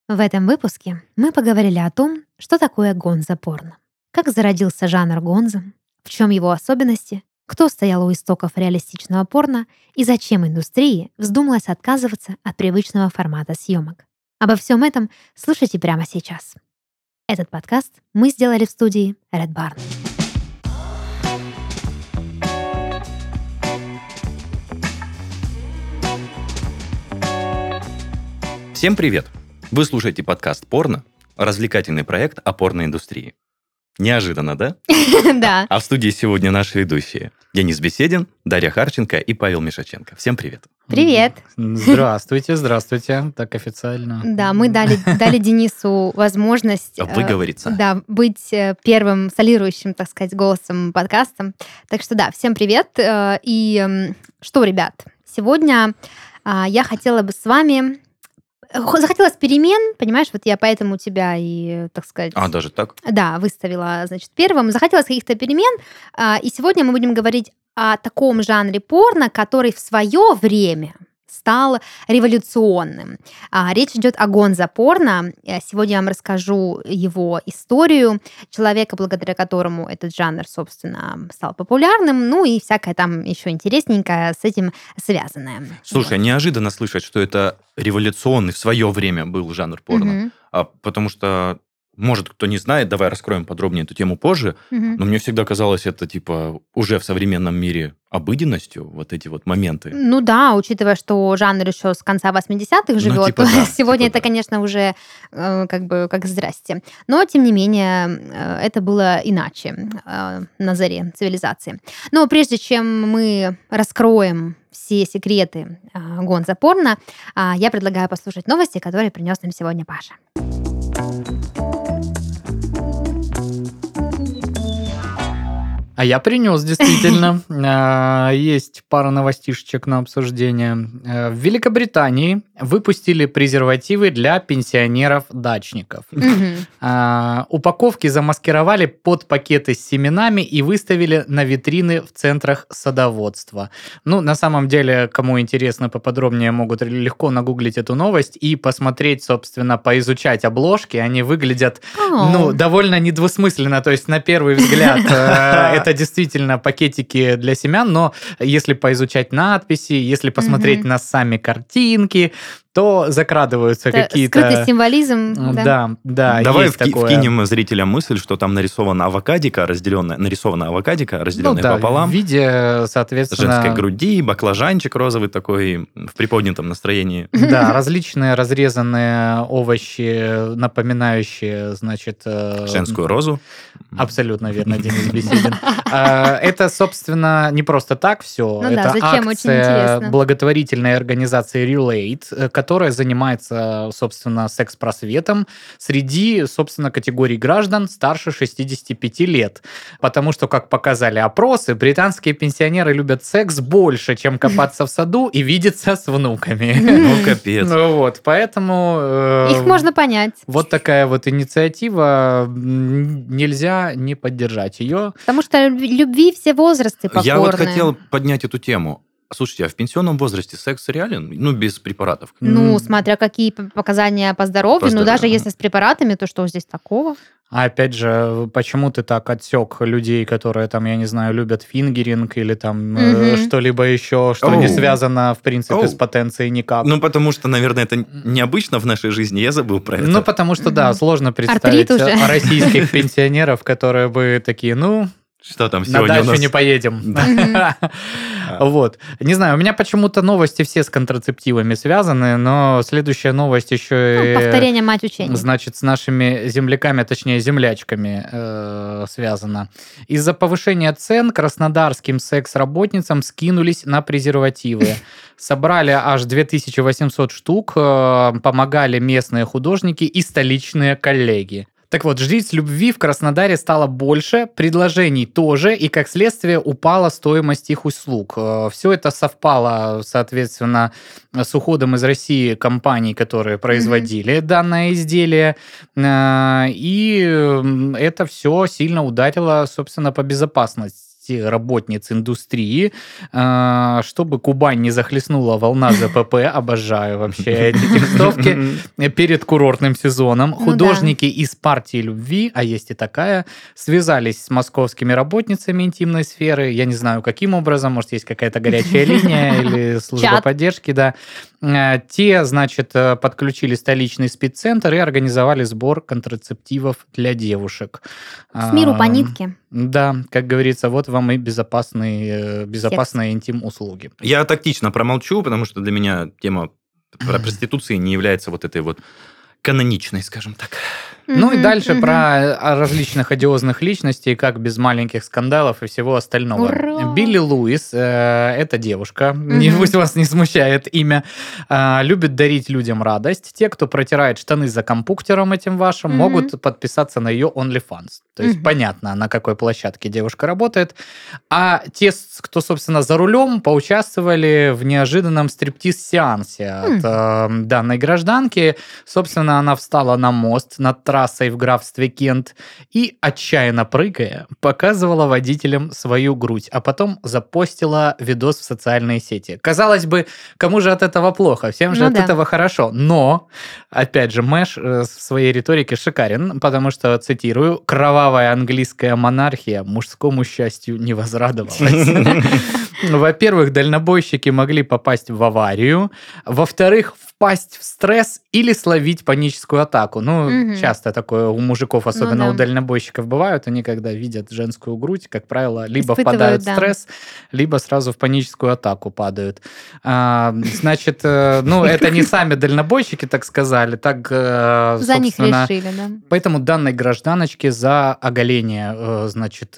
В этом выпуске мы поговорили о том, что такое гонзо-порно, как зародился жанр гонзо, в чем его особенности, кто стоял у истоков реалистичного порно и зачем индустрии вздумалось отказываться от привычного формата съемок. Обо всем этом слушайте прямо сейчас. Этот подкаст мы сделали в студии Red Barn. Всем привет! Вы слушаете подкаст «Порно», развлекательный проект о порноиндустрии. Неожиданно, да? Да. А в студии сегодня наши ведущие Денис Беседин, Дарья Харченко и Павел Мишаченко. Всем привет! Привет! Здравствуйте, так официально. Да, мы дали Денису возможность выговориться. Да, быть первым солирующим, так сказать, голосом подкаста. Так что да, всем привет. И что, ребят, сегодня я хотела бы с вами... Захотелось перемен, понимаешь, вот я поэтому тебя и, так сказать... даже так? Да, выставила, значит, первым. Захотелось каких-то перемен, и сегодня мы будем говорить о таком жанре порно, который в свое время стал революционным. Речь идет о гонзо-порно. Сегодня я вам расскажу его историю, человека, благодаря которому этот жанр, собственно, стал популярным, ну и всякое там еще интересненькое с этим связанное. Слушай, неожиданно слышать, что это революционный в свое время был жанр порно, потому что... Может, кто не знает, давай раскроем подробнее эту тему позже, но мне всегда казалось это, типа, уже в современном мире обыденностью, вот эти вот моменты. Ну да, учитывая, что жанр еще с конца 80-х живет, типа да, сегодня это, конечно, уже как здрасте. Но, тем не менее, это было иначе на заре цивилизации. Но прежде чем мы раскроем все секреты гонзо-порно, я предлагаю послушать новости, которые принес нам сегодня Паша. А я принес, действительно. Есть пара новостишечек на обсуждение. В Великобритании выпустили презервативы для пенсионеров-дачников. Упаковки замаскировали под пакеты с семенами и выставили на витрины в центрах садоводства. Ну, на самом деле, кому интересно поподробнее, могут легко нагуглить эту новость и посмотреть, собственно, поизучать обложки. Они выглядят, довольно недвусмысленно. То есть, на первый взгляд, это действительно пакетики для семян, но если поизучать надписи, если посмотреть на сами картинки, то закрадываются это какие-то... Скрытый символизм. Да, давай есть такое. Вкинем зрителям мысль, что там нарисована авокадика, разделенная пополам. В виде, соответственно... Женской груди, баклажанчик розовый такой, в приподнятом настроении. Да, различные разрезанные овощи, напоминающие, значит... Женскую розу. Абсолютно верно, Денис Беседин. Это, собственно, не просто так все. Это акция благотворительной организации Relate, которая занимается, собственно, секс-просветом среди, собственно, категорий граждан старше 65 лет. Потому что, как показали опросы, британские пенсионеры любят секс больше, чем копаться в саду и видеться с внуками. Ну, капец. Поэтому... Их можно понять. Вот такая вот инициатива, нельзя не поддержать ее. Потому что любви все возрасты покорны. Я вот хотел поднять эту тему. Слушайте, а в пенсионном возрасте секс реален? Ну, без препаратов? Ну, смотря какие показания по здоровью. Ну, даже если с препаратами, то что здесь такого? А опять же, почему ты так отсек людей, которые там, я не знаю, любят фингеринг или там что-либо еще, что не связано, в принципе, с потенцией никак? Ну, потому что, наверное, это необычно в нашей жизни, я забыл про это. Ну, потому что, да, сложно представить российских пенсионеров, которые бы такие, что там сегодня на дачу не поедем. Вот. Не знаю, у меня почему-то новости все с контрацептивами связаны, но следующая новость еще повторение мать учения. Значит, с нашими земляками, точнее, землячками связана. Из-за повышения цен краснодарским секс-работницам скинулись на презервативы. Собрали аж 2800 штук, помогали местные художники и столичные коллеги. Так вот, жриц любви в Краснодаре стало больше, предложений тоже, и, как следствие, упала стоимость их услуг. Все это совпало, соответственно, с уходом из России компаний, которые производили данное изделие, и это все сильно ударило, собственно, по безопасности безопасности работниц индустрии, чтобы Кубань не захлестнула волна ЗПП, обожаю вообще эти текстовки, перед курортным сезоном. Художники из партии любви, а есть и такая, связались с московскими работницами интимной сферы. Я не знаю, каким образом, может, есть какая-то горячая линия или служба поддержки, да. Те, значит, подключили столичный спеццентр и организовали сбор контрацептивов для девушек. С миру по нитке. Да, как говорится, вот вам и безопасные интим-услуги. Я тактично промолчу, потому что для меня тема про проституцию не является вот этой вот каноничной, скажем так. Ну и дальше про различных одиозных личностей, как без маленьких скандалов и всего остального. Ура! Билли Луис, это девушка, пусть вас не смущает имя, любит дарить людям радость. Те, кто протирает штаны за компьютером этим вашим, могут подписаться на ее OnlyFans. То есть понятно, на какой площадке девушка работает. А те, кто, собственно, за рулем, поучаствовали в неожиданном стриптиз-сеансе от данной гражданки. Собственно, она встала на мост над трассой в графстве Кент и, отчаянно прыгая, показывала водителям свою грудь, а потом запостила видос в социальные сети. Казалось бы, кому же от этого плохо? Всем же от этого хорошо. Но, опять же, Мэш в своей риторике шикарен, потому что, цитирую, «кровавая английская монархия мужскому счастью не возрадовалась». Во-первых, дальнобойщики могли попасть в аварию. Во-вторых, впасть в стресс или словить паническую атаку. Ну, часто такое у мужиков, особенно у дальнобойщиков, бывают. Они, когда видят женскую грудь, как правило, либо впадают в стресс, либо сразу в паническую атаку падают. Значит, ну, это не сами дальнобойщики так сказали, так, за них решили, да. Поэтому данной гражданочке за оголение, значит,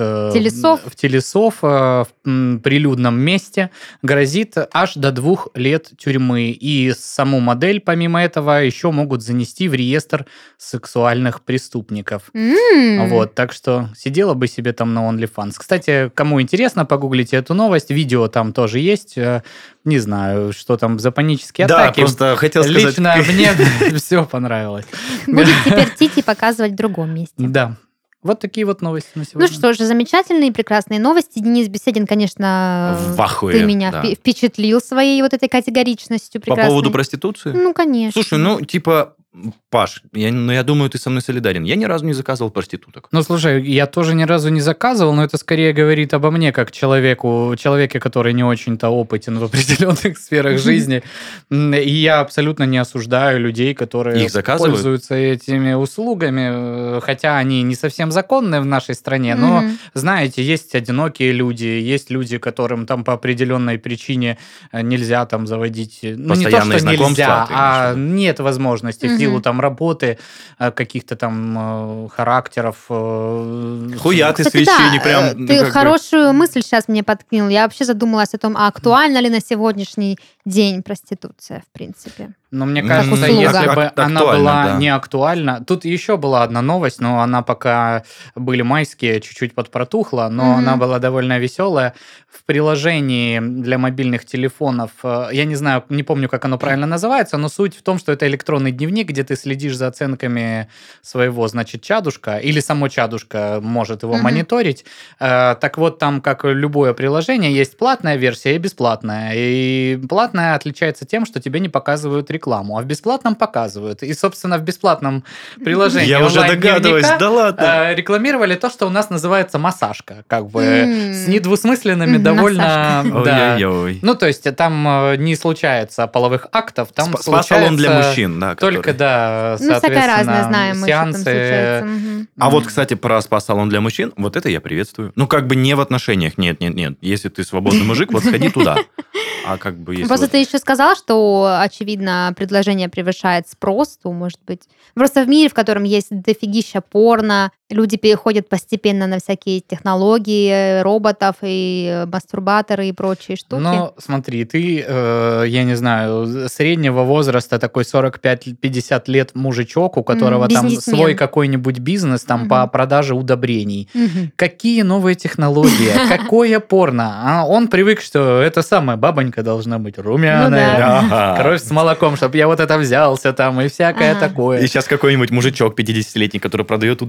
телесов в прилюдном месте грозит аж до 2 лет тюрьмы. И саму модель, помимо этого, еще могут занести в реестр сексуальных преступников. Вот, так что сидела бы себе там на OnlyFans. Кстати, кому интересно, погуглите эту новость. Видео там тоже есть. Не знаю, что там за панические атаки. Да, просто хотел сказать... Лично мне все понравилось. Будет теперь Тити показывать в другом месте. Да. Вот такие вот новости на сегодня. Ну что же, замечательные, прекрасные новости. Денис Беседин, конечно, в ахуе, ты меня впечатлил своей вот этой категоричностью прекрасной. По поводу проституции? Ну, конечно. Слушай, ну, типа... Паш, я думаю, ты со мной солидарен. Я ни разу не заказывал проституток. Ну, слушай, я тоже ни разу не заказывал, но это скорее говорит обо мне, как человеке, который не очень-то опытен в определенных сферах жизни. И я абсолютно не осуждаю людей, которые пользуются этими услугами, хотя они не совсем законные в нашей стране, но, знаете, есть одинокие люди, есть люди, которым там по определенной причине нельзя там заводить... Ну, не то, что нельзя, а нет возможности в силу там работы, каких-то там характеров. Хуя ты священник прям. Ты хорошую мысль сейчас мне подкинул. Я вообще задумалась о том, а актуальна ли на сегодняшний день проституция, в принципе. Но мне кажется, если бы она была не актуальна... Тут еще была одна новость, но она пока были майские, чуть-чуть подпротухла, но она была довольно веселая. В приложении для мобильных телефонов, я не знаю, не помню, как оно правильно называется, но суть в том, что это электронный дневник, где ты следишь за оценками своего, значит, чадушка, или само чадушка может его мониторить. Так вот, там, как любое приложение, есть платная версия и бесплатная. И платная отличается тем, что тебе не показывают рекламу, а в бесплатном показывают. И, собственно, в бесплатном приложении я уже догадываюсь, да ладно. Рекламировали то, что у нас называется массажка, как бы с недвусмысленными довольно... Да. Ну, то есть там не случается половых актов, там спа-салон для мужчин, да. Только, да, соответственно, всякое разное знаем, сеансы. А вот, кстати, про спа-салон для мужчин, вот это я приветствую. Ну, как бы не в отношениях, нет. Если ты свободный мужик, вот сходи туда. А как бы если... Просто ты еще сказала, что, очевидно, предложение превышает спрос, то, может быть... Просто в мире, в котором есть дофигища порно, люди переходят постепенно на всякие технологии, роботов и мастурбаторы и прочие штуки. Ну, смотри, ты, я не знаю, среднего возраста такой 45-50 лет мужичок, у которого там свой какой-нибудь бизнес там по продаже удобрений. Какие новые технологии? Какое порно? А он привык, что это самая бабонька должна быть румяная, кровь с молоком, чтобы я вот это взялся там и всякое такое. И сейчас какой-нибудь мужичок 50-летний, который продает удобрения, такой: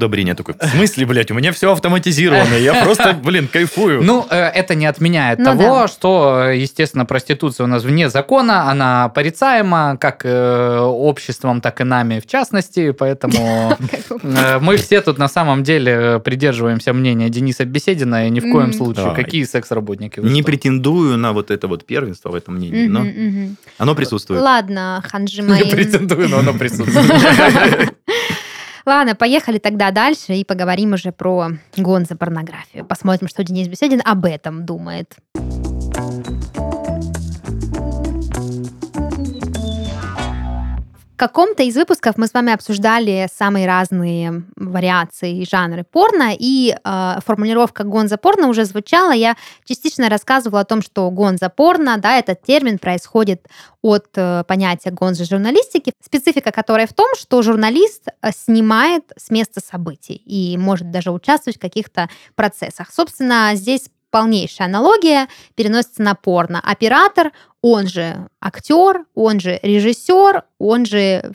такой, в смысле, блядь, у меня все автоматизировано, я просто, кайфую. Ну, это не отменяет того, что, естественно, проституция у нас вне закона, она порицаема как обществом, так и нами в частности, поэтому мы все тут на самом деле придерживаемся мнения Дениса Беседина, и ни в коем случае, какие секс-работники. Не претендую на вот это вот первенство в этом мнении, но оно присутствует. Ладно, ханжи мои. Не претендую, но оно присутствует. Ладно, поехали тогда дальше и поговорим уже про гонзо-порнографию. Посмотрим, что Денис Беседин об этом думает. В каком-то из выпусков мы с вами обсуждали самые разные вариации и жанры порно, и формулировка гонзо-порно уже звучала. Я частично рассказывала о том, что гонзо-порно, да, этот термин происходит от понятия гонзо-журналистики, специфика которой в том, что журналист снимает с места событий и может даже участвовать в каких-то процессах. Собственно, здесь полнейшая аналогия переносится на порно. Оператор, он же актер, он же режиссер, он же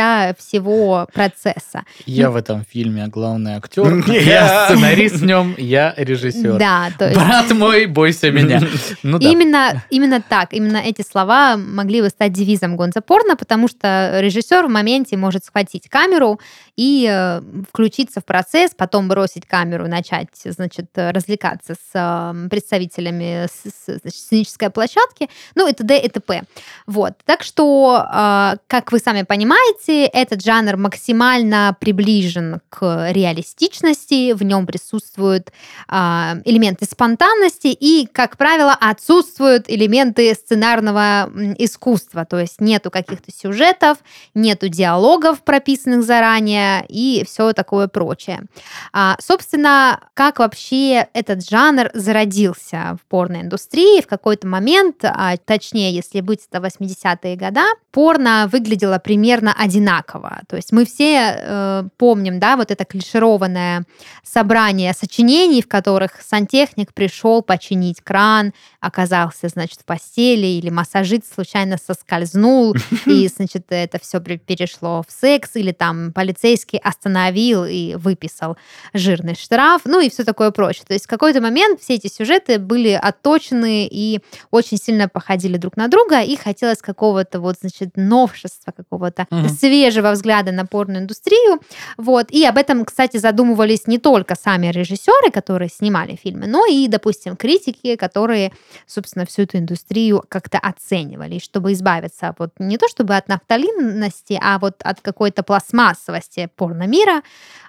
всего процесса. Я в этом фильме главный актер, я сценарист в нем, я режиссер. Да, то есть... Брат мой, бойся меня. Ну, да. Именно так, именно эти слова могли бы стать девизом гонзо-порно, потому что режиссер в моменте может схватить камеру и включиться в процесс, потом бросить камеру, начать, значит, развлекаться с представителями сценической площадки, ну и т.д. и т.п. Вот. Так что, как вы сами понимаете, этот жанр максимально приближен к реалистичности, в нем присутствуют элементы спонтанности и, как правило, отсутствуют элементы сценарного искусства, то есть нету каких-то сюжетов, нету диалогов, прописанных заранее и все такое прочее. Собственно, как вообще этот жанр зародился в порноиндустрии? В какой-то момент, точнее, если быть, это 80-е годы, порно выглядело примерно одинаково. То есть мы все помним, да, вот это клишированное собрание сочинений, в которых сантехник пришел починить кран, оказался, значит, в постели, или массажист случайно соскользнул, и, значит, это все перешло в секс, или там полицейский остановил и выписал жирный штраф, ну и все такое прочее. То есть в какой-то момент все эти сюжеты были отточены и очень сильно походили друг на друга, и хотелось какого-то вот, значит, новшества, какого-то свежего взгляда на порноиндустрию. Вот. И об этом, кстати, задумывались не только сами режиссеры, которые снимали фильмы, но и, допустим, критики, которые, собственно, всю эту индустрию как-то оценивали. И чтобы избавиться вот не то чтобы от нафталинности, а вот от какой-то пластмассовости порномира,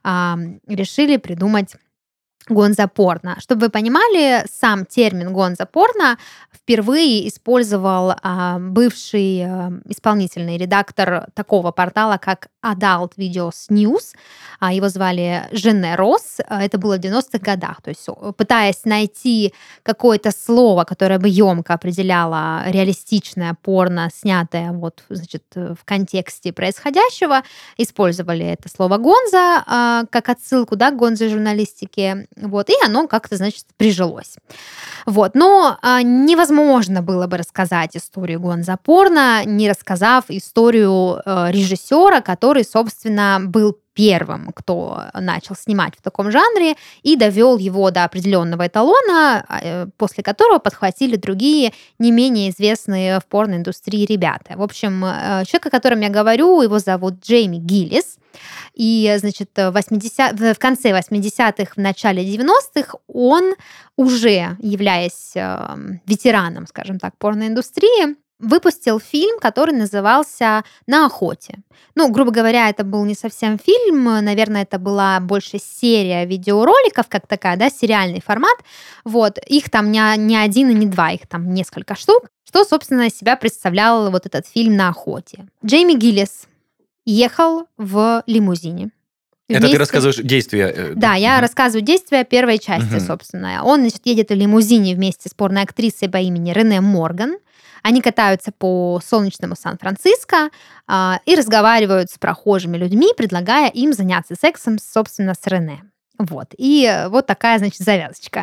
решили придумать гонзо-порно. Чтобы вы понимали, сам термин гонзо-порно впервые использовал бывший исполнительный редактор такого портала, как Adult Videos News. Его звали Жене Росс. Это было в 90-х годах. То есть, пытаясь найти какое-то слово, которое бы емко определяло реалистичное порно, снятое вот, значит, в контексте происходящего, использовали это слово гонзо как отсылку, да, к гонзо-журналистике. Вот, и оно как-то, значит, прижилось. Вот. Но невозможно было бы рассказать историю гонзо-порно, не рассказав историю режиссера, который, собственно, был первым, кто начал снимать в таком жанре и довел его до определенного эталона, после которого подхватили другие не менее известные в порноиндустрии ребята. В общем, человек, о котором я говорю, его зовут Джейми Гиллис. И, значит, в конце 80-х, в начале 90-х он, уже являясь ветераном, скажем так, порноиндустрии, выпустил фильм, который назывался «На охоте». Ну, грубо говоря, это был не совсем фильм, наверное, это была больше серия видеороликов, как такая, да, сериальный формат. Вот, их там не один и не два, их там несколько штук. Что, собственно, из себя представлял вот этот фильм «На охоте». Джейми Гиллис ехал в лимузине. Это ты рассказываешь действия? Да, я рассказываю действия первой части, собственно. Он, значит, едет в лимузине вместе с порной актрисой по имени Рене Морган. Они катаются по солнечному Сан-Франциско и разговаривают с прохожими людьми, предлагая им заняться сексом, собственно, с Рене. Вот. И вот такая, значит, завязочка.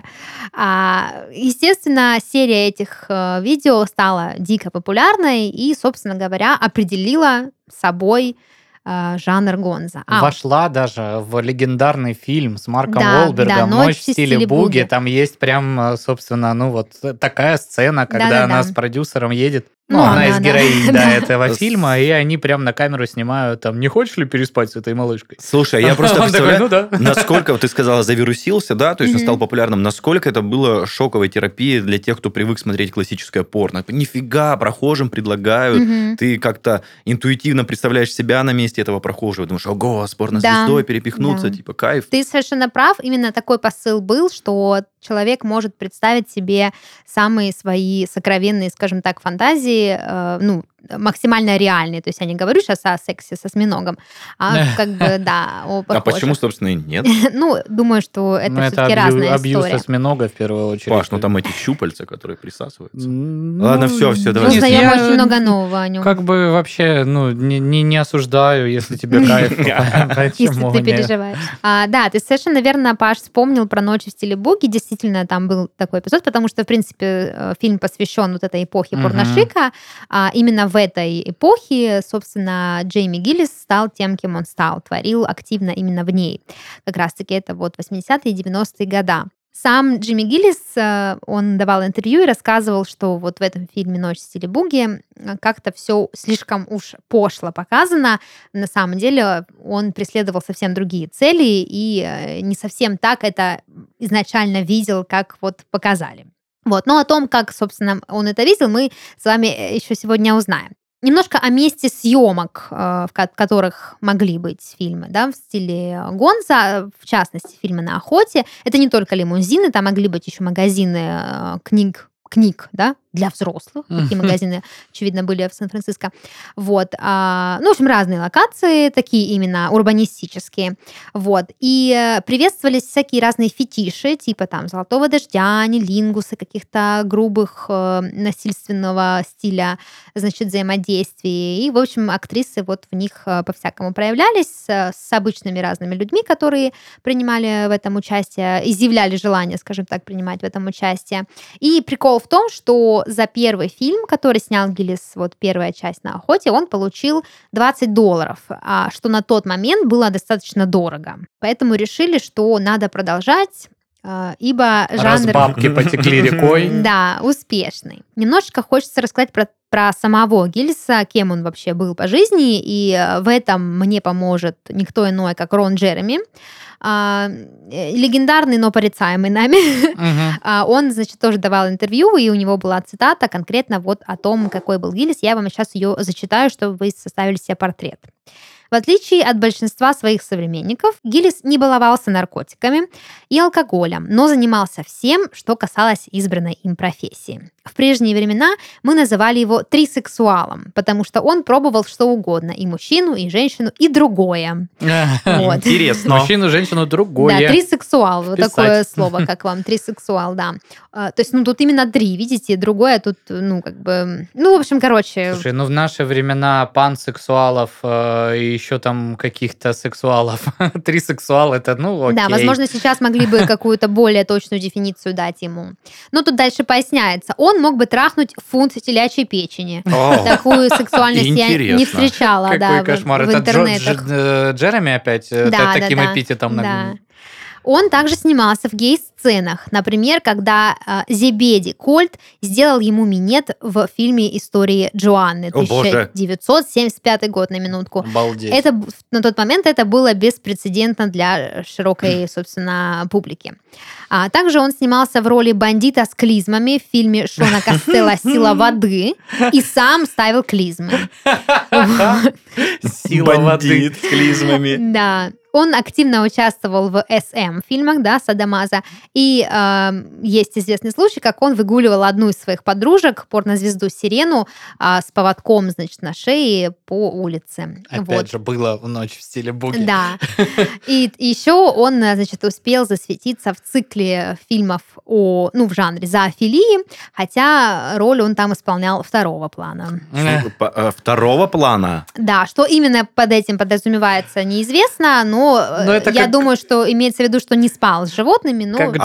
Естественно, серия этих видео стала дико популярной и, собственно говоря, определила собой жанр гонза. Вошла даже в легендарный фильм с Марком Уолбергом «Ночь в стиле буги». Там есть прям, собственно, такая сцена, когда она с продюсером едет. Одна из героинь этого фильма, и они прям на камеру снимают, не хочешь ли переспать с этой малышкой? Слушай, я просто представляю, насколько, ты сказала, завирусился, да, то есть он стал популярным, насколько это было шоковой терапией для тех, кто привык смотреть классическое порно. Нифига, прохожим предлагают, ты как-то интуитивно представляешь себя на месте этого прохожего, думаешь, ого, с порнозвездой перепихнуться, типа кайф. Ты совершенно прав, именно такой посыл был, что человек может представить себе самые свои сокровенные, скажем так, фантазии, максимально реальные. То есть я не говорю сейчас о сексе со осьминогом, о похожем. А почему, собственно, и нет? Думаю, что это все-таки разная история. Абьюз осьминога в первую очередь. Паш, там эти щупальца, которые присасываются. Ладно, все, давай. Мы узнаем очень много нового о нем. Как бы вообще, не осуждаю, если тебе кайф. Если ты переживаешь. Да, ты совершенно верно, Паш, вспомнил про «Ночь в стиле буги». Действительно, там был такой эпизод, потому что, в принципе, фильм посвящен этой эпохе порношика. Именно в этой эпохе, собственно, Джейми Гиллис стал тем, кем он стал. Творил активно именно в ней. Как раз-таки это 80-е и 90-е годы. Сам Джимми Гиллис, он давал интервью и рассказывал, что в этом фильме «Ночь в стиле буги» как-то все слишком уж пошло показано. На самом деле он преследовал совсем другие цели и не совсем так это изначально видел, как показали. Но о том, как, собственно, он это видел, мы с вами еще сегодня узнаем. Немножко о месте съемок, в которых могли быть фильмы, в стиле гонза, в частности, фильмы на охоте. Это не только лимузины, там могли быть еще магазины книг, для взрослых. Такие магазины, очевидно, были в Сан-Франциско. В общем, разные локации, такие именно урбанистические. И приветствовались всякие разные фетиши, типа «Золотого дождя», «Анилингуса», каких-то грубых насильственного стиля, взаимодействий. И, в общем, актрисы в них по-всякому проявлялись с обычными разными людьми, которые принимали в этом участие, изъявляли желание, скажем так, принимать в этом участие. И прикол в том, что за первый фильм, который снял Гиллис, первая часть «На охоте», он получил $20, что на тот момент было достаточно дорого. Поэтому решили, что надо продолжать, ибо жанр... Раз бабки потекли рекой. Да, успешный. Немножечко хочется рассказать про самого Гиллиса, кем он вообще был по жизни, и в этом мне поможет никто иной, как Рон Джереми. Легендарный, но порицаемый нами. Он, тоже давал интервью, и у него была цитата конкретно о том, какой был Гиллис. Я вам сейчас ее зачитаю, чтобы вы составили себе портрет. В отличие от большинства своих современников, Гиллис не баловался наркотиками и алкоголем, но занимался всем, что касалось избранной им профессии. В прежние времена мы называли его трисексуалом, потому что он пробовал что угодно, и мужчину, и женщину, и другое. Интересно. Мужчину, женщину, другое. Да, трисексуал, вот такое слово, как вам, трисексуал, да. То есть, тут именно три, видите, другое тут, в общем, короче. Слушай, в наши времена пансексуалов и еще там каких-то сексуалов. Трисексуал, это, окей. Да, возможно, сейчас могли бы какую-то более точную дефиницию дать ему. Но тут дальше поясняется. Он мог бы трахнуть фунт телячьей печени. Такую сексуальность я не встречала, Какой кошмар. в интернетах. Это Джереми опять таким эпитетом нагнул? Он также снимался в гей-сценах. Например, когда Зебеди Кольт сделал ему минет в фильме «Истории Джоанны». 1975 год, на минутку. Обалдеть. На тот момент это было беспрецедентно для широкой, собственно, публики. Также он снимался в роли бандита с клизмами в фильме Шона Костелло «Сила воды» и сам ставил клизмы. Сила воды. Бандит с клизмами. Да. Он активно участвовал в СМ-фильмах, Садомазо. И есть известный случай, как он выгуливал одну из своих подружек, порнозвезду Сирену, с поводком, на шее по улице. Опять же, было в «Ночь в стиле буги». Да. И еще он, успел засветиться в цикле фильмов в жанре зоофилии, хотя роль он там исполнял второго плана. Второго плана? Да, что именно под этим подразумевается, неизвестно, но я думаю, что имеется в виду, что не спал с животными, но...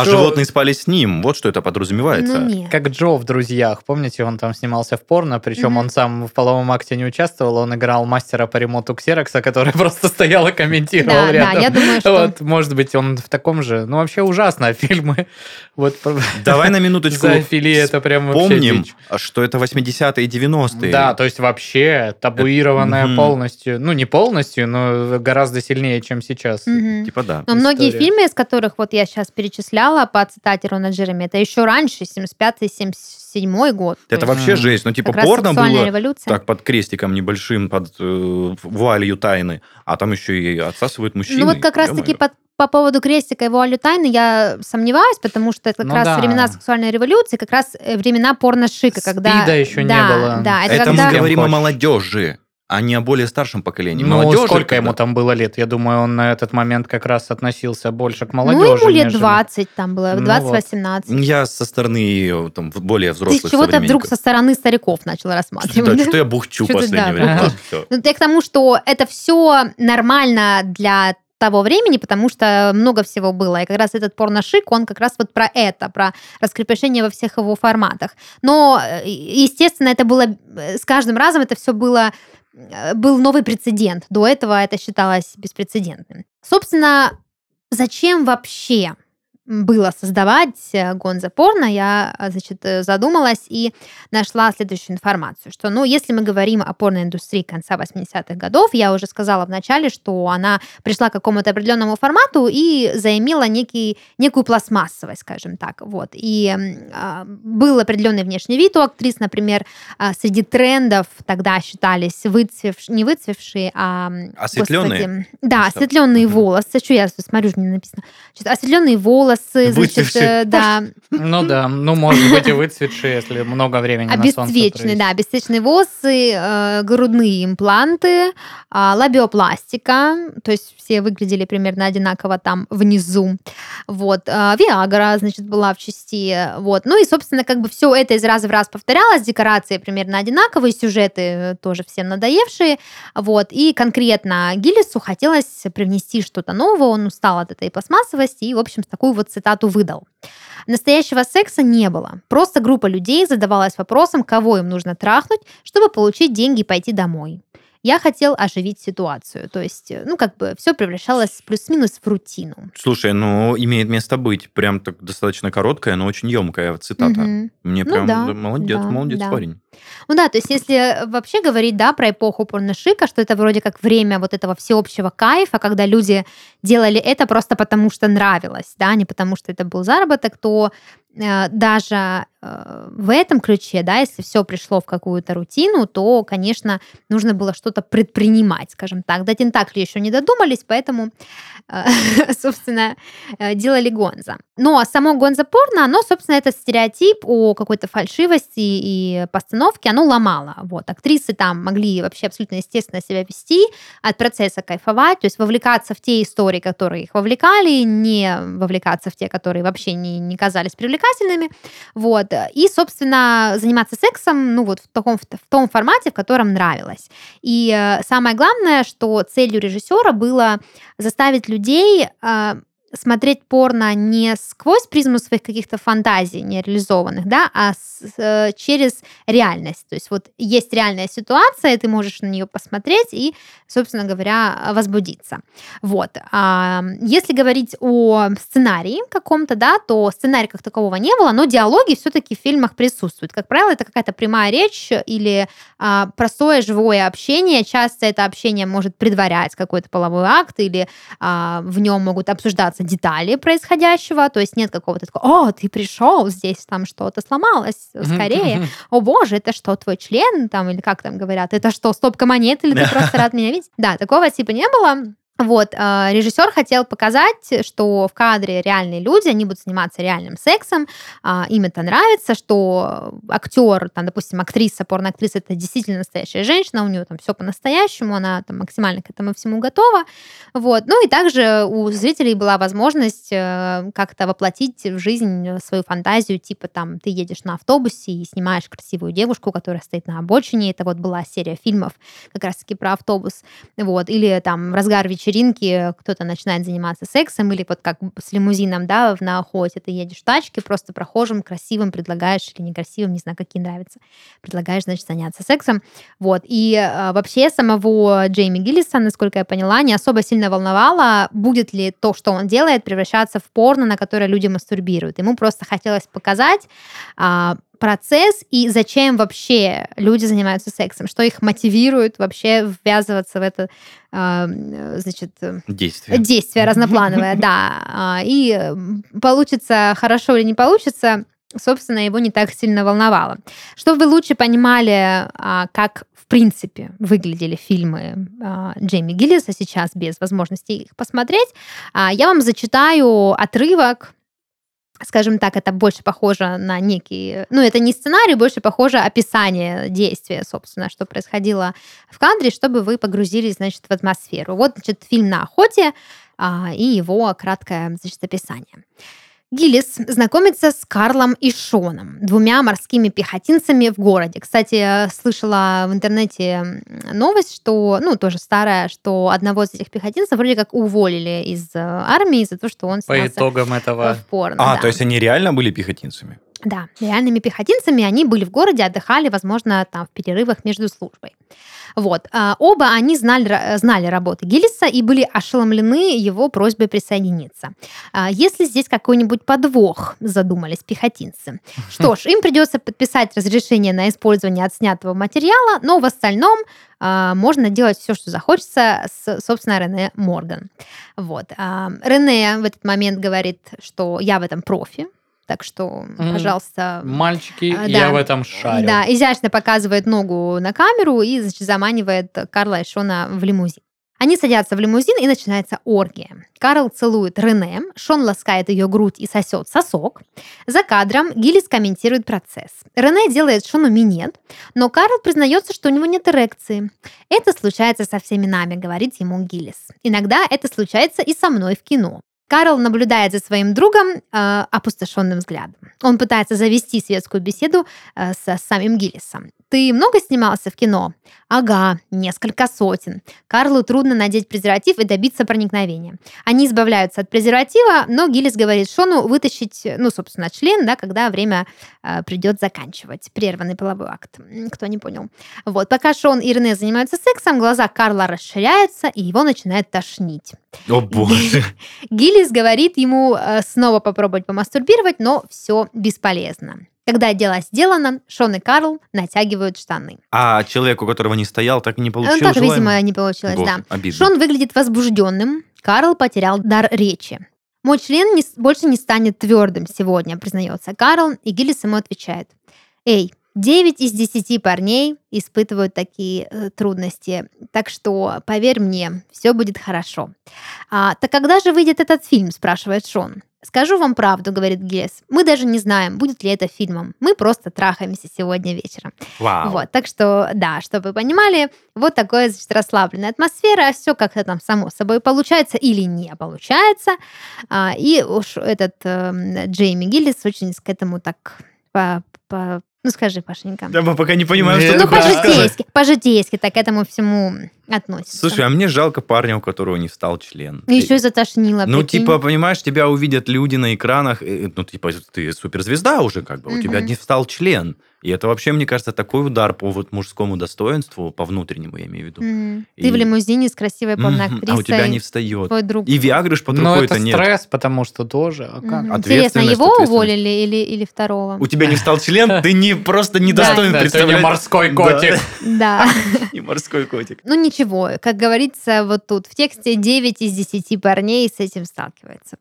А животные спали с ним, вот что это подразумевается. Ну, нет. Как Джо в «Друзьях». Помните, он там снимался в порно, причем он сам в половом акте не участвовал, он играл мастера по ремонту ксерокса, который просто стоял и комментировал рядом. Да, я думаю, что... Вот, может быть, он в таком же... Ну, вообще ужасно фильмы. Вот, Давай на минуточку зоофилия это прям вообще помним, дичь. что это 80-е и 90-е. Да, то есть вообще табуированная полностью. Ну, не полностью, но гораздо сильнее, чем сейчас. Типа да. Но многие История. фильмы, из которых вот я сейчас перечисляла по цитате Рона Джереми, это еще раньше, 75-й, 77-й год. То Это есть вообще жесть. Ну, типа, как раз порно сексуальная было революция. так под крестиком небольшим, под вуалью тайны, а там еще и отсасывают мужчины. Ну вот как раз-таки Ё-моё. по поводу крестика и вуалью тайны я сомневаюсь, потому что это как Ну раз да. времена сексуальной революции, как раз времена порно-шика, когда... Спида еще не Да, было. Да, Это когда... мы говорим о хочешь. молодежи, а не о более старшем поколении. Ну, Молодежи, сколько ему когда- там было лет? Я думаю, он на этот момент как раз относился больше к Ну, молодежи. ему лет нежели- 20 там было, Ну 20-18. Я со стороны там, более Ты взрослых с чего-то вдруг современников. со стороны стариков начал Да, рассматривать. что-то я бухчу в Что-то последнее да, время. бухчу. Всё. Ну, я к тому, что это все нормально для того времени, потому что много всего было. И как раз этот порношик, он как раз вот про это, про раскрепощение во всех его форматах. Но, естественно, это было... С каждым разом это все было... Был новый прецедент. До этого это считалось беспрецедентным. Собственно, зачем вообще было создавать гонзо-порно, я, значит, задумалась и нашла следующую информацию, что, ну, если мы говорим о порноиндустрии конца 80-х годов, я уже сказала в начале, что она пришла к какому-то определенному формату и заимела некую пластмассовость, скажем так, вот. И был определенный внешний вид у актрис, например, среди трендов тогда считались не выцвевшие, а... Осветленные? Господи, да, Что? осветленные волосы. Что я смотрю, что мне написано? Значит, осветленные волосы, значит, Выцвевшие. да, Ну да, ну может быть и выцветшие, если много времени на солнце обесцвеченные, провести. да, обесцвеченные волосы, грудные импланты, лабиопластика, то есть все выглядели примерно одинаково там внизу, вот, Виагра, значит, была в части, вот, ну и, собственно, как бы все это из раза в раз повторялось, декорации примерно одинаковые, сюжеты тоже всем надоевшие, вот, и конкретно Гиллису хотелось привнести что-то новое, он устал от этой пластмассовости и, в общем, такую вот цитату выдал. Настоящего секса не было. Просто группа людей задавалась вопросом, кого им нужно трахнуть, чтобы получить деньги и пойти домой. Я хотел оживить ситуацию. То есть, ну, как бы все превращалось плюс-минус в рутину. Слушай, ну, имеет место быть. Прям так достаточно короткая, но очень емкая цитата. Мгм. Мне Ну прям да, молодец, да, молодец да. парень. Ну да, то есть если вообще говорить, да, про эпоху порношика, что это вроде как время вот этого всеобщего кайфа, когда люди делали это просто потому, что нравилось, да, не потому, что это был заработок, то даже в этом ключе, да, если все пришло в какую-то рутину, то, конечно, нужно было что-то предпринимать, скажем так. До тентаклей еще не додумались, поэтому, собственно, делали гонзо. Но само гонзо-порно, оно, собственно, этот стереотип о какой-то фальшивости и постановке, оно ломало. Вот. Актрисы там могли вообще абсолютно естественно себя вести, от процесса кайфовать, то есть вовлекаться в те истории, которые их вовлекали, не вовлекаться в те, которые вообще не казались привлекательными. Вот. И, собственно, заниматься сексом, ну, вот в том формате, в котором нравилось. И самое главное, что целью режиссера было заставить людей смотреть порно не сквозь призму своих каких-то фантазий нереализованных, да, а через реальность. То есть вот есть реальная ситуация, и ты можешь на нее посмотреть и, собственно говоря, возбудиться. Вот. Если говорить о сценарии каком-то, да, то сценария как такового не было, но диалоги все-таки в фильмах присутствуют. Как правило, это какая-то прямая речь или простое живое общение. Часто это общение может предварять какой-то половой акт или в нем могут обсуждаться детали происходящего, то есть нет какого-то такого: о, ты пришел, здесь там что-то сломалось, скорее, о боже, это что, твой член, там, или как там говорят, это что, стопка монет, или ты просто рад меня видеть? Да, такого типа не было. Вот, режиссер хотел показать, что в кадре реальные люди, они будут заниматься реальным сексом, им это нравится, что актер, там, допустим, актриса, порноактриса, это действительно настоящая женщина, у нее там все по-настоящему, она там максимально к этому всему готова. Вот. Ну и также у зрителей была возможность как-то воплотить в жизнь свою фантазию, типа там ты едешь на автобусе и снимаешь красивую девушку, которая стоит на обочине, это вот была серия фильмов как раз-таки про автобус, вот, или там в разгар вечеринки вечеринке кто-то начинает заниматься сексом, или вот как с лимузином, да, на охоте ты едешь в тачке, просто прохожим красивым предлагаешь, или некрасивым, не знаю, какие нравятся, предлагаешь, значит, заняться сексом. Вот. И вообще самого Джейми Гиллиса, насколько я поняла, не особо сильно волновало, будет ли то, что он делает, превращаться в порно, на которое люди мастурбируют. Ему просто хотелось показать процесс и зачем вообще люди занимаются сексом, что их мотивирует вообще ввязываться в это, значит, действие разноплановое, да. И получится хорошо или не получится, собственно, его не так сильно волновало. Чтобы вы лучше понимали, как в принципе выглядели фильмы Джейми Гиллиса сейчас без возможности их посмотреть, я вам зачитаю отрывок. Скажем так, это больше похоже на некий... Ну, это не сценарий, больше похоже описание действия, собственно, что происходило в кадре, чтобы вы погрузились, значит, в атмосферу. Вот, значит, фильм «На охоте» и его краткое, значит, описание. Гиллис знакомится с Карлом и Шоном, 2 морскими пехотинцами в городе. Кстати, я слышала в интернете новость, что, ну, тоже старая, что одного из этих пехотинцев вроде как уволили из армии за то, что он снялся по итогам этого в порно. Да. То есть они реально были пехотинцами? Да, реальными пехотинцами. Они были в городе, отдыхали, возможно, там в перерывах между службой. Вот. Оба они знали работы Гиллиса и были ошеломлены его просьбой присоединиться. Если здесь какой-нибудь подвох, задумались пехотинцы. Что ж, им придется подписать разрешение на использование отснятого материала, но в остальном можно делать все, что захочется с, собственно, Рене Морган. Вот. Рене в этот момент говорит, что я в этом профи. Так что, пожалуйста... Мальчики, да, я в этом шарю. Да, изящно показывает ногу на камеру и, значит, заманивает Карла и Шона в лимузин. Они садятся в лимузин, и начинается оргия. Карл целует Рене, Шон ласкает ее грудь и сосет сосок. За кадром Гиллис комментирует процесс. Рене делает Шону минет, но Карл признается, что у него нет эрекции. «Это случается со всеми нами», — говорит ему Гиллис. «Иногда это случается и со мной в кино». Карл наблюдает за своим другом опустошенным взглядом. Он пытается завести светскую беседу с самим Гиллисом. «Ты много снимался в кино?» «Ага, несколько сотен». Карлу трудно надеть презерватив и добиться проникновения. Они избавляются от презерватива, но Гиллис говорит Шону вытащить, ну, собственно, член, да, когда время придет заканчивать. Прерванный половой акт. Кто не понял. Вот. Пока Шон и Рене занимаются сексом, глаза Карла расширяются, и его начинает тошнить. О, боже! Гиллис говорит ему снова попробовать помастурбировать, но все бесполезно. Когда дело сделано, Шон и Карл натягивают штаны. А человек, у которого не стоял, так и не получил Так, желаемое? видимо, не получилось, Боже, да. обидно. Шон выглядит возбужденным, Карл потерял дар речи. «Мой член больше не станет твердым сегодня», признается Карл, и Гиллис ему отвечает: «Эй, 9 из 10 парней испытывают такие трудности, так что, поверь мне, все будет хорошо». «Так когда же выйдет этот фильм?» спрашивает Шон. «Скажу вам правду», — говорит Гиллис, «мы даже не знаем, будет ли это фильмом. Мы просто трахаемся сегодня вечером». Вау. Вот, так что, да, чтобы вы понимали, вот такая, значит, расслабленная атмосфера, все как-то там само собой получается или не получается. И уж этот Джейми Гиллис очень к этому так ну, скажи, Пашенька. Да, мы пока не понимаем, что Ну, ты хочешь сказать. по-житейски так к этому всему относится. Слушай, а мне жалко парня, у которого не встал член. И еще и затошнило. Ну, прикинь. типа, понимаешь, тебя увидят люди на экранах, ну, типа, ты суперзвезда уже, как бы, у тебя не встал член. И это вообще, мне кажется, такой удар по вот мужскому достоинству, по внутреннему, я имею в виду. Ты в лимузине с красивой порноактрисой. А у тебя не встает. Твой друг. И виагрыш под Но рукой-то это нет. стресс, потому что тоже. А как? Интересно, его ответственность. уволили или второго? У тебя не встал член, ты не просто недостоин Да, это представлять. не морской котик. Да. Не морской котик. Ну ничего, как говорится, вот тут в тексте 9 из 10 парней с этим сталкиваются.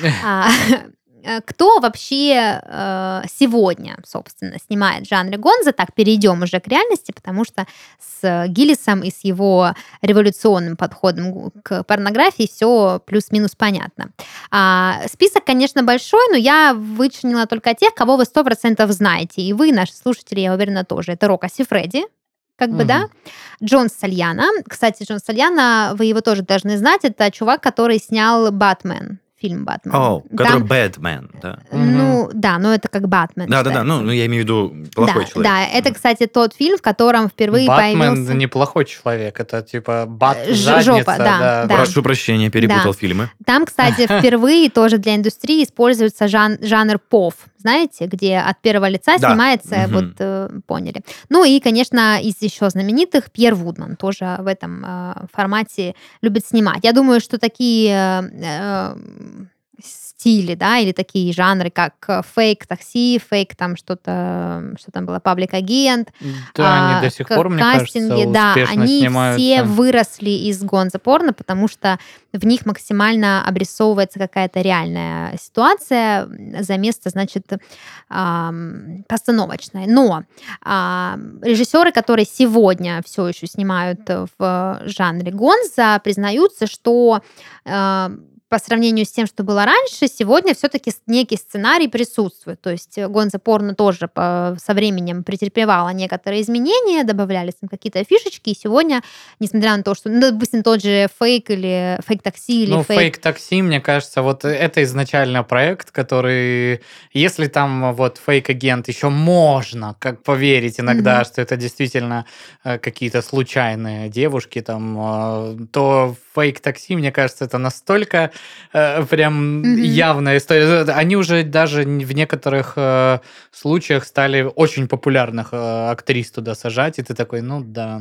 Кто вообще сегодня, собственно, снимает в жанре гонза? Так, перейдем уже к реальности, потому что с Гиллисом и с его революционным подходом к порнографии все плюс-минус понятно. Список, конечно, большой, но я вычленила только тех, кого вы 100% знаете. И вы, наши слушатели, я уверена, тоже. Это Рокко Сиффреди, как бы, да? Джон Сальяно. Кстати, Джон Сальяно, вы его тоже должны знать, это чувак, который снял «Батмен». фильм «Бэтмен». О, который Бэтмен, да. Ну, да, но это как Бэтмен. Да, ну я имею в виду плохой человек. Да, это, кстати, тот фильм, в котором впервые появился... Бэтмен неплохой человек, это типа бат-задница. Жопа, да. Прошу прощения, перепутал фильмы. Там, кстати, впервые тоже для индустрии используется жанр POV, знаете, где от первого лица снимается, вот поняли. Ну и, конечно, из еще знаменитых Пьер Вудман тоже в этом формате любит снимать. Я думаю, что такие стили, да, или такие жанры, как фейк-такси, фейк там что-то, что там было, паблик-агент. Да, они до сих пор, мне кажется, да, они снимаются. все выросли из гонзо-порно, потому что в них максимально обрисовывается какая-то реальная ситуация за место, значит, постановочное. Но режиссеры, которые сегодня все еще снимают в жанре гонзо, признаются, что по сравнению с тем, что было раньше, сегодня все-таки некий сценарий присутствует. То есть гонзо-порно тоже со временем претерпевало некоторые изменения, добавлялись там какие-то фишечки, и сегодня, несмотря на то, что, допустим, тот же фейк или фейк-такси, или фейк-такси, мне кажется, вот это изначально проект, который, если там вот фейк-агент, еще можно как поверить иногда, что это действительно какие-то случайные девушки там, то фейк-такси, мне кажется, это настолько прям явная история. Они уже даже в некоторых случаях стали очень популярных актрис туда сажать, и ты такой, ну да.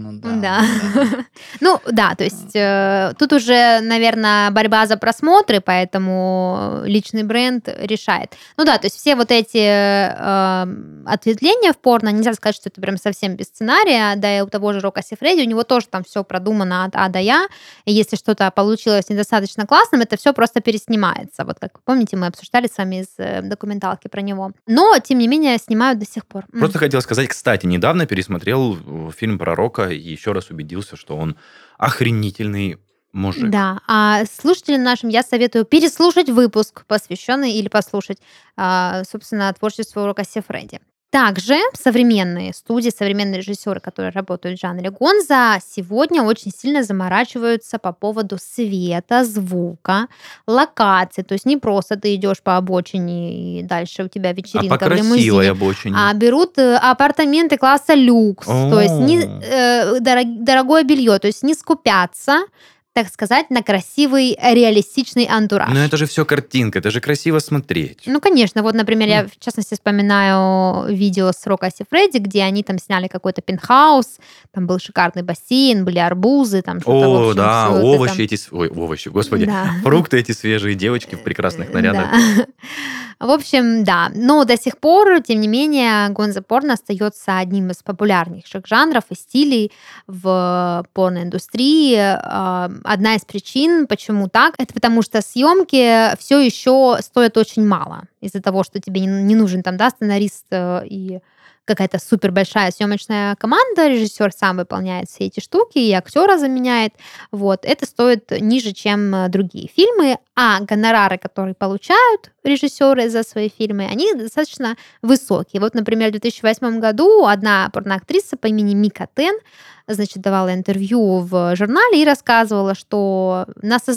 Ну да, то есть тут уже, наверное, борьба за просмотры, поэтому личный бренд решает. Ну да, то есть все вот эти ответвления в порно, нельзя сказать, что это прям совсем без сценария, да и у того же Рока Сифреди, у него тоже там все продумано от А до Я, и если что-то получилось недостаточно классным, это все просто переснимается. Вот как вы помните, мы обсуждали с вами из документалки про него. Но, тем не менее, снимают до сих пор. Просто хотел сказать, кстати, недавно пересмотрел фильм про Рока и еще раз убедился, что он охренительный мужик. Да, а слушателям нашим я советую переслушать выпуск, посвященный или послушать, собственно, творчеству Рока Сифреди. Также современные студии, современные режиссеры, которые работают в жанре гонзо, сегодня очень сильно заморачиваются по поводу света, звука, локации. То есть не просто ты идешь по обочине и дальше у тебя вечеринка по в лимузине, красивой обочине. А берут апартаменты класса люкс, то есть дорогое белье, то есть не скупятся, так сказать, на красивый реалистичный антураж. Но это же все картинка, это же красиво смотреть. Ну, конечно. Вот, например, я, в частности, вспоминаю видео с Рока Сифреди, где они там сняли какой-то пентхаус, там был шикарный бассейн, были арбузы, там что-то, в общем, да, овощи это... эти... Ой, овощи, господи. Да. Фрукты эти свежие, девочки в прекрасных нарядах. Да. В общем, да. Но до сих пор, тем не менее, гонзо-порно остается одним из популярнейших жанров и стилей в порноиндустрии. Одна из причин, почему так, это потому что съемки все еще стоят очень мало. Из-за того, что тебе не нужен там, да, сценарист и какая-то супер большая съемочная команда, режиссер сам выполняет все эти штуки и актера заменяет. Вот. Это стоит ниже, чем другие фильмы, а гонорары, которые получают режиссеры за свои фильмы, они достаточно высокие. Вот, например, в 2008 году одна порноактриса по имени Мика Тен, значит, давала интервью в журнале и рассказывала, что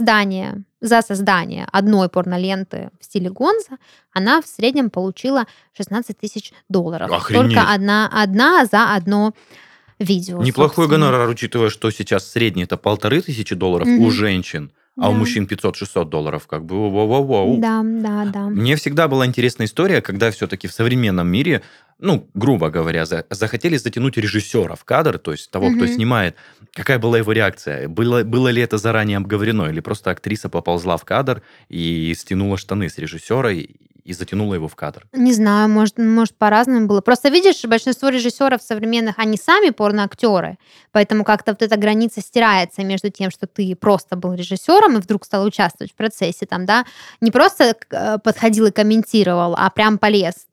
за создание одной порноленты в стиле гонзо она в среднем получила $16 тысяч. Охренеть. Только одна за одно видео. Неплохой собственно. гонорар, учитывая, что сейчас средний это $1500 у женщин, а у мужчин $500-600, как бы воу-воу-воу. Да. Мне всегда была интересная история, когда все-таки в современном мире, ну, грубо говоря, захотели затянуть режиссера в кадр, то есть того, кто снимает. Какая была его реакция? Было ли это заранее обговорено? Или просто актриса поползла в кадр и стянула штаны с режиссера и затянула его в кадр? Не знаю, может по-разному было. Просто видишь, большинство режиссеров современных, они сами порноактеры, поэтому как-то вот эта граница стирается между тем, что ты просто был режиссером и вдруг стал участвовать в процессе, там, да, не просто подходил и комментировал, а прям полез.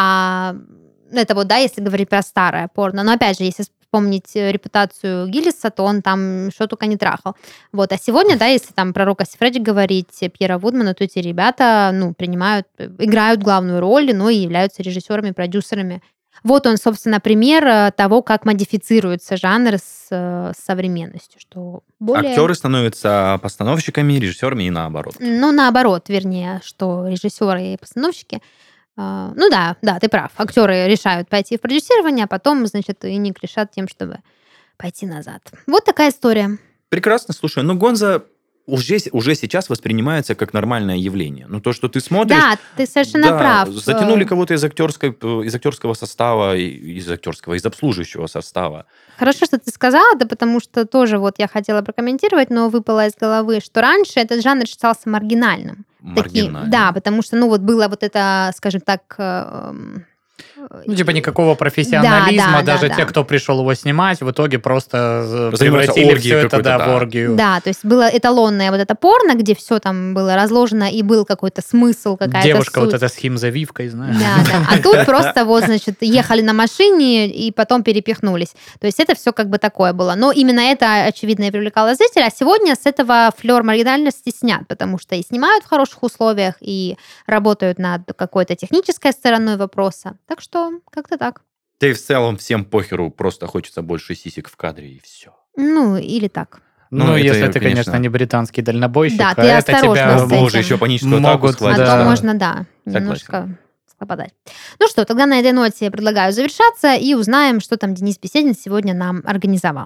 Это вот, да, если говорить про старое порно. Но опять же, если вспомнить репутацию Гиллиса, то он там что только не трахал. Вот. А сегодня, да, если там про Рока Сифреди говорить, Пьера Вудмана, то эти ребята, играют главную роль, но и являются режиссерами, продюсерами Вот он, собственно, пример того, как модифицируется жанр с современностью. Что более... Актеры становятся постановщиками, режиссерами и наоборот. Ну, наоборот, вернее, что режиссеры и постановщики... Ну да, ты прав. Актеры решают пойти в продюсирование, а потом, значит, и не грешат тем, чтобы пойти назад. Вот такая история. Прекрасно, слушай. Ну, Гонза уже сейчас воспринимается как нормальное явление. Ну, то, что ты смотришь... Да, ты совершенно прав. Затянули кого-то из актерского состава, из обслуживающего состава. Хорошо, что ты сказала, да, потому что тоже вот я хотела прокомментировать, но выпало из головы, что раньше этот жанр считался маргинальным. Маргинальным. Да, потому что, ну, вот было вот это, скажем так... Ну, типа никакого профессионализма, даже те, кто пришел его снимать, в итоге просто превратили все это в оргию. Да, то есть было эталонное вот это порно, где все там было разложено, и был какой-то смысл, какая-то девушка суть. вот эта с химзавивкой, знаешь. Да. А тут просто вот, значит, ехали на машине и потом перепихнулись. То есть это все как бы такое было. Но именно это, очевидно, и привлекало зрителя. А сегодня с этого флёр маргинальности снят, потому что и снимают в хороших условиях, и работают над какой-то технической стороной вопроса. Так что как-то так. Да и в целом всем похеру, просто хочется больше сисек в кадре, и все. Ну, или так. Ну, если ты, конечно, не британский дальнобойщик, да, ты это тебя боже, еще паническую атаку схватить. А то можно, немножко попадать. Ну что, тогда на этой ноте предлагаю завершаться и узнаем, что там Денис Беседин сегодня нам организовал.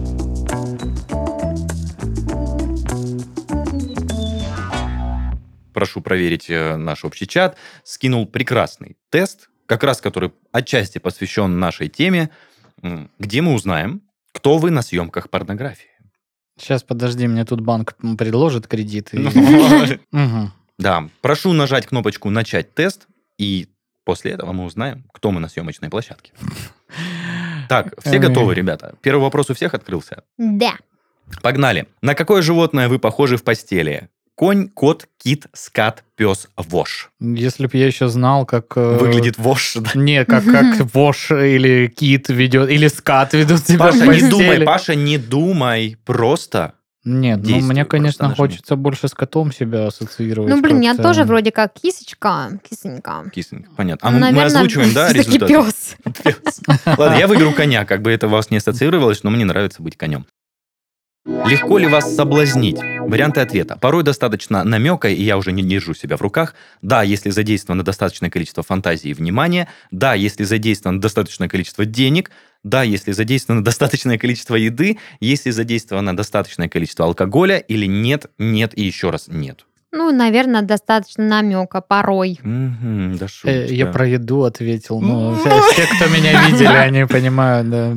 Прошу проверить наш общий чат. Скинул прекрасный тест, как раз который отчасти посвящен нашей теме, где мы узнаем, кто вы на съемках порнографии. Сейчас, подожди, мне тут банк предложит кредит. Да, прошу нажать кнопочку «Начать тест», и после этого мы узнаем, кто мы на съемочной площадке. Так, все готовы, ребята? Первый вопрос у всех открылся? Да. Погнали. На какое животное вы похожи в постели? Конь, кот, кит, скат, пес, вошь. Если бы я еще знал, как... Выглядит вошь. Да? Не, как вошь или кит ведет, или скат ведут себя Паша, не думай, Паша, не думай. Просто Нет, ну мне, конечно, хочется больше с котом себя ассоциировать. Ну, блин, я тоже вроде как кисонька. Кисонька, понятно. А мы озвучиваем, да, результат? Пес. Ладно, я выберу коня, как бы это вас не ассоциировалось, но мне нравится быть конем. Легко ли вас соблазнить? Варианты ответа. Порой достаточно намека, и я уже не держу себя в руках. Да, если задействовано достаточное количество фантазии и внимания. Да, если задействовано достаточное количество денег. Да, если задействовано достаточное количество еды. Если задействовано достаточное количество алкоголя. Или нет, нет и еще раз нет. Ну, наверное, достаточно намека, порой. Да я про еду ответил. Ну, все, кто меня видели, они понимают, да.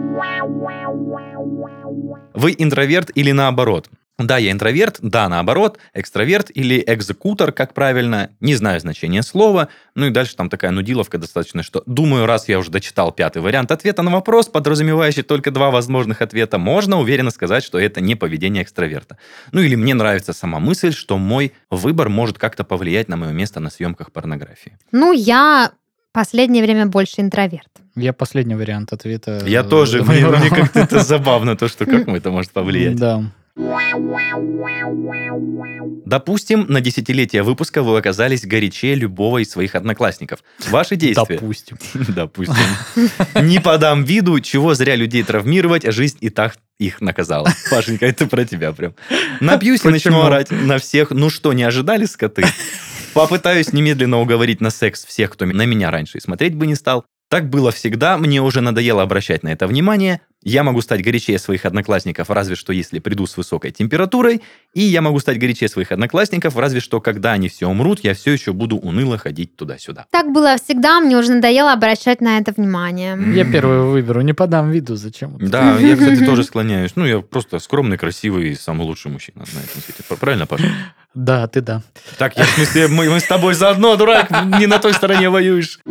Вы интроверт или наоборот? Да, я интроверт, да, наоборот, экстраверт или экзекутор, как правильно, не знаю значения слова. Ну и дальше там такая нудиловка достаточно, что думаю, раз я уже дочитал 5-й вариант ответа на вопрос, подразумевающий только 2 возможных ответа, можно уверенно сказать, что это не поведение экстраверта. Ну или мне нравится сама мысль, что мой выбор может как-то повлиять на мое место на съемках порнографии. Ну, я последнее время больше интроверт. Я последний вариант ответа. Я тоже. Мне как-то это забавно, то, что как это может повлиять. Да. Допустим, на 10-летие выпуска вы оказались горячее любого из своих одноклассников. Ваши действия... Допустим. Не подам виду, чего зря людей травмировать, жизнь и так их наказала. Пашенька, это про тебя прям. Напьюсь и начну орать на всех. Ну что, не ожидали, скоты? Попытаюсь немедленно уговорить на секс всех, кто на меня раньше и смотреть бы не стал. Так было всегда, мне уже надоело обращать на это внимание. Я могу стать горячее своих одноклассников, разве что если приду с высокой температурой. И я могу стать горячее своих одноклассников, разве что когда они все умрут, я все еще буду уныло ходить туда-сюда. Так было всегда, мне уже надоело обращать на это внимание. Я первую выберу, не подам виду, зачем? Да, я, кстати, тоже склоняюсь. Ну, я просто скромный, красивый и самый лучший мужчина на этом свете. Правильно, Паша? Да, ты да. Так, в смысле, мы с тобой заодно, дурак, не на той стороне воюешь.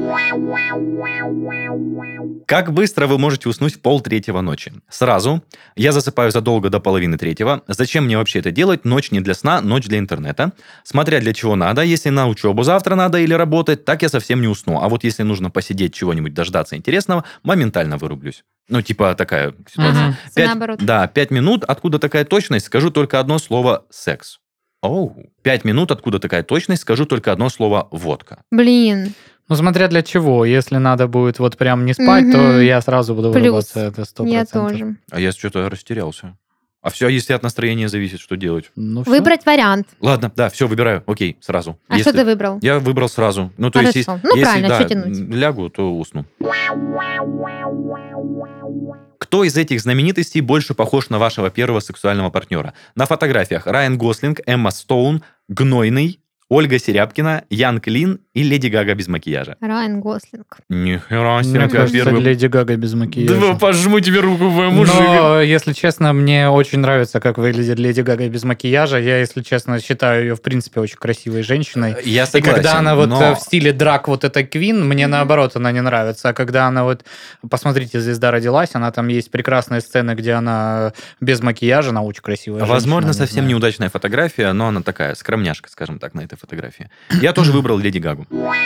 Как быстро вы можете уснуть в 2:30 ночи? Сразу. Я засыпаю задолго до 2:30. Зачем мне вообще это делать? Ночь не для сна, ночь для интернета. Смотря для чего надо. Если на учебу завтра надо или работать, так я совсем не усну. А вот если нужно посидеть чего-нибудь, дождаться интересного, моментально вырублюсь. Ну, типа такая ситуация. 5 минут. Откуда такая точность? Скажу только одно слово «секс». 5 минут. Откуда такая точность? Скажу только одно слово «водка». Блин. Ну, смотря для чего. Если надо будет вот прям не спать, то я сразу буду вырубаться, это 100%. Я тоже. А я что-то растерялся. А все, если от настроения зависит, что делать? Ну, всё. Выбрать вариант. Ладно, да, все, выбираю. Окей, сразу. А что ты выбрал? Я выбрал сразу. Ну, то есть, Хорошо. Ну, если правильно, что тянуть? лягу, то усну. Кто из этих знаменитостей больше похож на вашего первого сексуального партнера? На фотографиях Райан Гослинг, Эмма Стоун, Гнойный, Ольга Серябкина, Ян Клин и Леди Гага без макияжа. Райан Гослинг. Нихера себе, Мне у тебя кажется, первый... Леди Гага без макияжа. Да пожму тебе руку, мужик. Но, если честно, мне очень нравится, как выглядит Леди Гага без макияжа. Я, если честно, считаю ее, в принципе, очень красивой женщиной. Я И согласен, когда она вот но... в стиле драг вот эта Квин, мне наоборот она не нравится. А когда она вот... Посмотрите, «Звезда родилась», она там есть прекрасные сцены, где она без макияжа, она очень красивая Возможно, женщина, совсем неудачная фотография, но она такая скромняшка, скажем так, на этой фотографии. Я тоже выбрал Леди Гагу.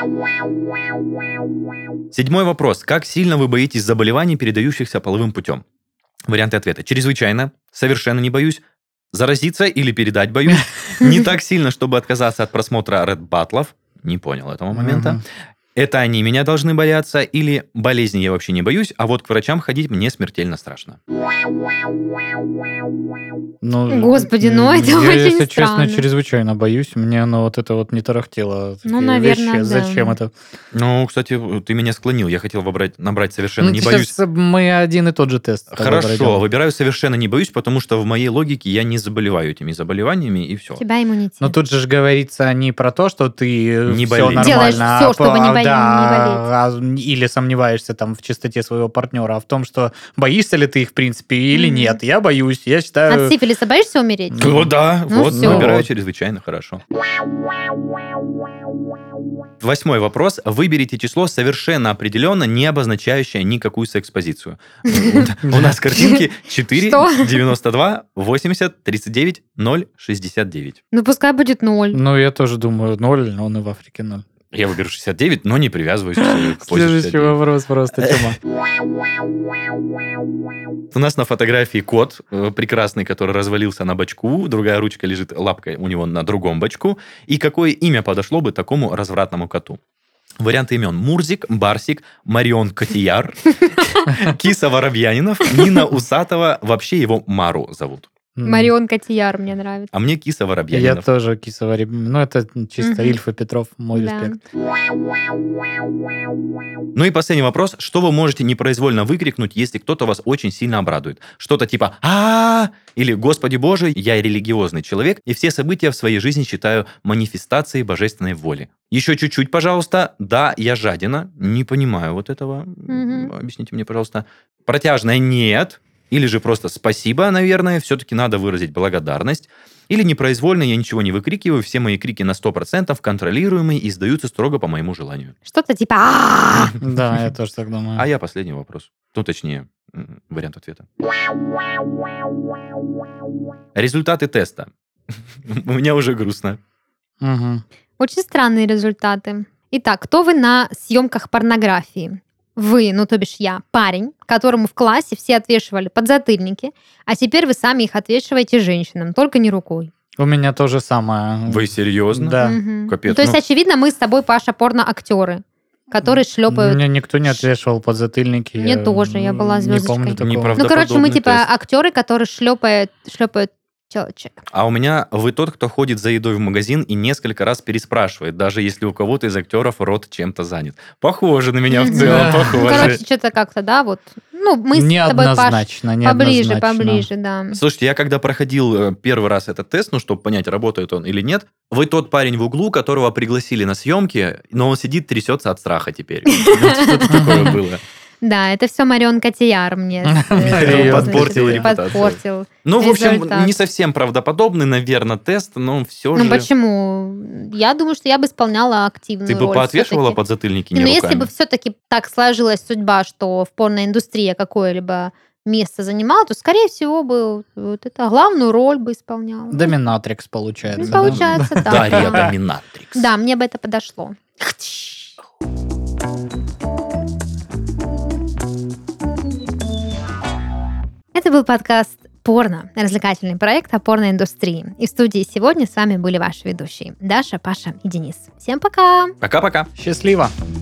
7-й вопрос. Как сильно вы боитесь заболеваний, передающихся половым путем? Варианты ответа. Чрезвычайно, совершенно не боюсь, заразиться или передать боюсь, не так сильно, чтобы отказаться от просмотра Red Баттлов, не понял этого момента. Это они меня должны бояться, или болезни я вообще не боюсь, а вот к врачам ходить мне смертельно страшно. Ну, Господи, ну это я, очень если странно. честно, чрезвычайно боюсь. Мне оно вот это вот не тарахтело. Ну, Такие наверное, вещи. да. Зачем это? Ну, кстати, ты меня склонил. Я хотел набрать совершенно Ну, не сейчас боюсь. мы один и тот же тест. с тобой Хорошо, пройдем. выбираю совершенно не боюсь, потому что в моей логике я не заболеваю этими заболеваниями, и все. У тебя иммунитет. Но тут же ж говорится не про то, что ты Не все болеешь. нормально. Делаешь всё, чтобы не болеть. Или сомневаешься там в чистоте своего партнера, а в том, что боишься ли ты их, в принципе, или нет. Я боюсь, я считаю... От сифилиса боишься умереть? Ну да, Ну вот, всё. выбираю Вот. чрезвычайно хорошо. 8-й вопрос. Выберите число, совершенно определенно не обозначающее никакую секс-позицию. У нас картинки 4, Что? 92, 80, 39, 0, 69. Ну, пускай будет 0. Ну, я тоже думаю, 0, но он и в Африке 0. Я выберу 69, но не привязываюсь к позе Следующий 69. вопрос просто, Тёма. У нас на фотографии кот прекрасный, который развалился на бочку, другая ручка лежит лапкой у него на другом бочку. И какое имя подошло бы такому развратному коту? Варианты имен: Мурзик, Барсик, Марион Котияр, Киса Воробьянинов, Нина Усатова, вообще его Мару зовут. Марион Котияр мне нравится. А мне Киса Я Воробьянинов. тоже кисоварь. Ну, это чисто Ильф и Петров, мой Да. респект. Ну и последний вопрос. Что вы можете непроизвольно выкрикнуть, если кто-то вас очень сильно обрадует? Что-то типа «А-а-а!» или «Господи Боже, я религиозный человек, и все события в своей жизни считаю манифестацией божественной воли». Еще чуть-чуть, пожалуйста. Да, я жадина. Не понимаю вот этого. Объясните мне, пожалуйста. Протяжное «нет». Или же просто «спасибо», наверное, все-таки надо выразить благодарность. Или непроизвольно я ничего не выкрикиваю, все мои крики на 100% контролируемые и сдаются строго по моему желанию. Что-то типа «А-а-а!» Да, я тоже так думаю. А я последний вопрос. Ну, точнее, вариант ответа. Результаты теста. У меня уже грустно. Мгм. Очень странные результаты. Итак, кто вы на съемках порнографии? Вы, ну то бишь я, парень, которому в классе все отвешивали подзатыльники, а теперь вы сами их отвешиваете женщинам, только не рукой. У меня то же самое. Вы серьезно? Да. Мгм. Капец, Ну, то есть, ну. очевидно, мы с тобой, Паша, порно-актеры, которые шлепают. Мне никто не отвешивал подзатыльники. Мне тоже, я была Не звездочкой. помню такого. Неправда. Ну, короче, мы правдоподобный типа тест. актеры, которые шлепают телочек. А у меня вы тот, кто ходит за едой в магазин и несколько раз переспрашивает, даже если у кого-то из актеров рот чем-то занят. Похоже на меня в целом, Да. Ну, похоже. короче, что-то как-то, да, вот. Ну, мы с тобой, Паш, Неоднозначно, поближе, неоднозначно. поближе, да. Слушайте, я когда проходил первый раз этот тест, ну, чтобы понять, работает он или нет, вы тот парень в углу, которого пригласили на съемки, но он сидит, трясется от страха теперь. Вот что-то такое было. Да, это все Марион Котияр мне Марион подпортил репутацию. подпортил. Ну, в общем, Результат. не совсем правдоподобный, наверное, тест, но все Ну же... почему? Я думаю, что я бы исполняла активную Ты бы роль поотвешивала всё-таки. подзатыльники Но не если руками? бы все-таки так сложилась судьба, что в порноиндустрии какое-либо место занимала, то, скорее всего, бы вот это главную роль бы исполняла. Доминатрикс получается. Ну, да? получается, да. Дарья Да. Доминатрикс. Да, мне бы это подошло. Это был подкаст «Порно», развлекательный проект о порноиндустрии. И в студии сегодня с вами были ваши ведущие Даша, Паша и Денис. Всем пока! Пока-пока. Счастливо.